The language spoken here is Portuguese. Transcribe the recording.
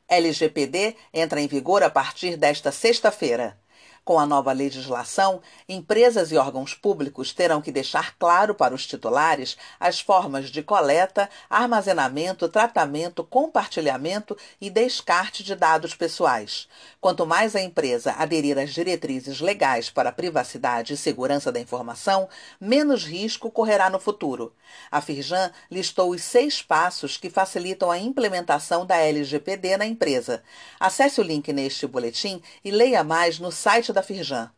LGPD entra em vigor a partir desta sexta-feira. Com a nova legislação, empresas e órgãos públicos terão que deixar claro para os titulares as formas de coleta, armazenamento, tratamento, compartilhamento e descarte de dados pessoais. Quanto mais a empresa aderir às diretrizes legais para a privacidade e segurança da informação, menos risco correrá no futuro. A Firjan listou os 6 passos que facilitam a implementação da LGPD na empresa. Acesse o link neste boletim e leia mais no site da Firjan.